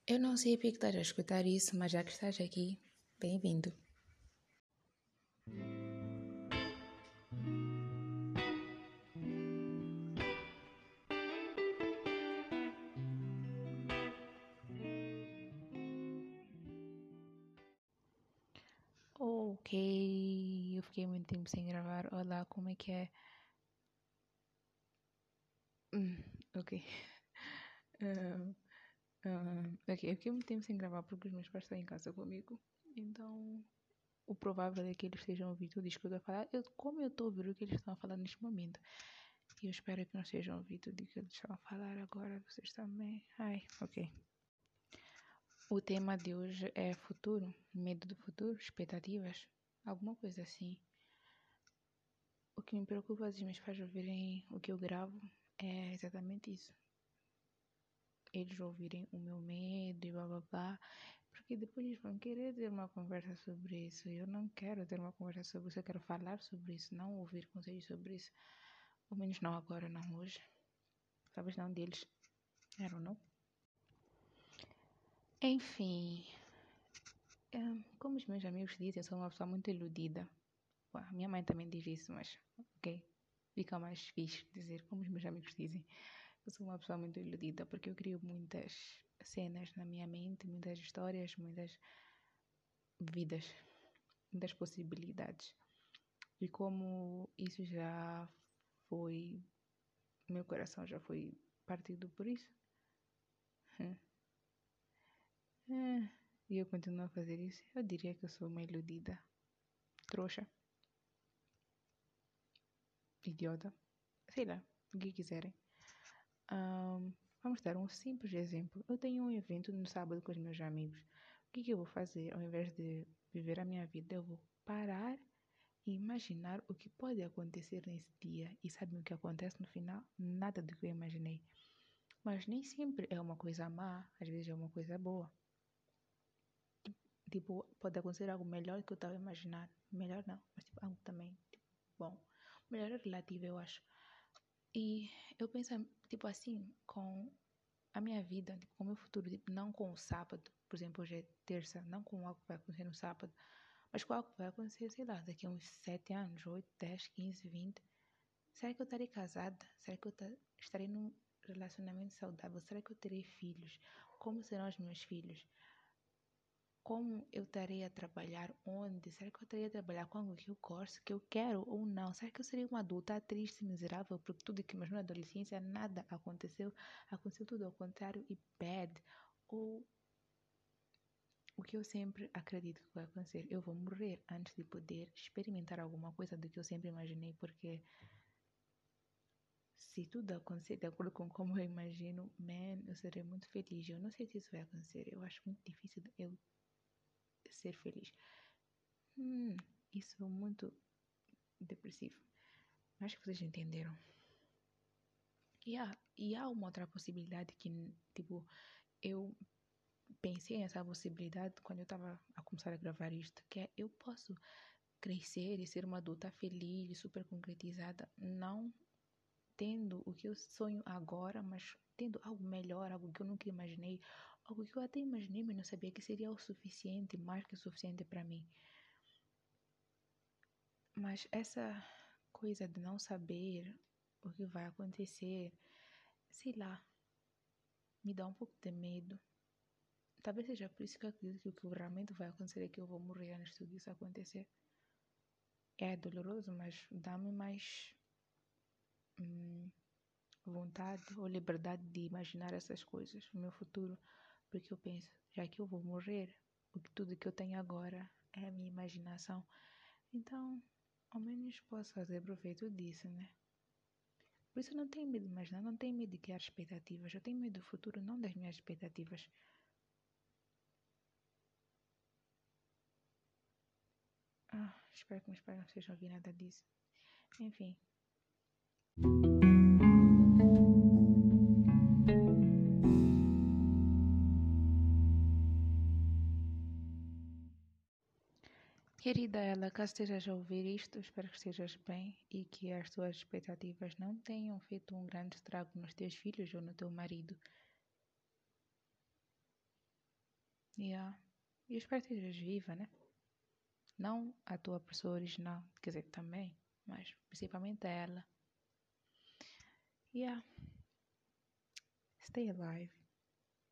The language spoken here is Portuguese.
Eu não sei porque estás a escutar isso, mas já que estás aqui, bem-vindo. Ok, eu fiquei muito tempo sem gravar. Olá, como é que é? Ok. Ok, eu fiquei muito tempo sem gravar porque os meus pais estão em casa comigo. Então, o provável é que eles estejam ouvindo tudo isso que eu estou a falar. Como eu estou a ouvir o que eles estão a falar neste momento. E eu espero que não estejam ouvindo tudo o que eles estão a falar agora. Vocês também. Ai, ok. O tema de hoje é futuro, medo do futuro, expectativas, alguma coisa assim. O que me preocupa dos meus pais ouvirem o que eu gravo é exatamente isso. Eles ouvirem o meu medo e blá blá blá, porque depois eles vão querer ter uma conversa sobre isso. Eu não quero ter uma conversa sobre isso, eu quero falar sobre isso, não ouvir conselhos sobre isso. Ao menos não agora, não hoje. Talvez não deles. I don't know. Enfim, como os meus amigos dizem, eu sou uma pessoa muito iludida. Ué, minha mãe também diz isso, mas ok. Fica mais fixe dizer, como os meus amigos dizem. Eu sou uma pessoa muito iludida porque eu crio muitas cenas na minha mente, muitas histórias, muitas vidas, muitas possibilidades. E como isso já foi, meu coração já foi partido por isso. E eu continuo a fazer isso. Eu diria que eu sou uma iludida, trouxa, idiota, sei lá, o que quiserem. Vamos dar um simples exemplo. Eu tenho um evento no sábado com os meus amigos. O que eu vou fazer? Ao invés de viver a minha vida, eu vou parar e imaginar o que pode acontecer nesse dia. E sabe o que acontece no final? Nada do que eu imaginei. Mas nem sempre é uma coisa má, às vezes é uma coisa boa. Tipo, pode acontecer algo melhor do que eu estava imaginando. Melhor não, mas tipo, algo também bom. Melhor é relativo, eu acho. E eu penso, tipo assim, com a minha vida, tipo, com o meu futuro, tipo, não com o sábado, por exemplo, hoje é terça, não com algo que vai acontecer no sábado, mas com algo que vai acontecer, sei lá, daqui a uns 7 anos, 8, 10, 15, 20. Será que eu estarei casada? Será que eu estarei num relacionamento saudável? Será que eu terei filhos? Como serão os meus filhos? Como eu estarei a trabalhar? Onde? Será que eu estarei a trabalhar com algo que eu gosto, que eu quero ou não? Será que eu serei uma adulta triste, miserável, porque tudo que imaginou na adolescência, nada aconteceu? Aconteceu tudo ao contrário e bad? Ou o que eu sempre acredito que vai acontecer? Eu vou morrer antes de poder experimentar alguma coisa do que eu sempre imaginei, porque se tudo acontecer de acordo com como eu imagino, man, eu serei muito feliz. Eu não sei se isso vai acontecer. Eu acho muito difícil eu ser feliz. Isso é muito depressivo. Acho que vocês entenderam. E há uma outra possibilidade que, tipo, eu pensei nessa possibilidade quando eu estava a começar a gravar isto, que é eu posso crescer e ser uma adulta feliz e super concretizada, não tendo o que eu sonho agora, mas tendo algo melhor, algo que eu nunca imaginei, algo que eu até imaginei, mas não sabia que seria o suficiente, mais que o suficiente para mim. Mas essa coisa de não saber o que vai acontecer, sei lá, me dá um pouco de medo. Talvez seja por isso que eu acredito que o que realmente vai acontecer é que eu vou morrer antes de tudo isso acontecer. É doloroso, mas dá-me mais vontade ou liberdade de imaginar essas coisas no meu futuro, porque eu penso, já que eu vou morrer, tudo que eu tenho agora é a minha imaginação, então ao menos posso fazer proveito disso, né? Por isso eu não tenho medo de imaginar, não tenho medo de criar expectativas, eu tenho medo do futuro, não das minhas expectativas. Espero que meus pais não estejam ouvindo nada disso. Enfim. Querida ela, caso estejas a ouvir isto, espero que estejas bem e que as tuas expectativas não tenham feito um grande estrago nos teus filhos ou no teu marido. Yeah. E eu espero que estejas viva, né? Não a tua pessoa original, quer dizer, também, mas principalmente ela. Yeah. Stay alive.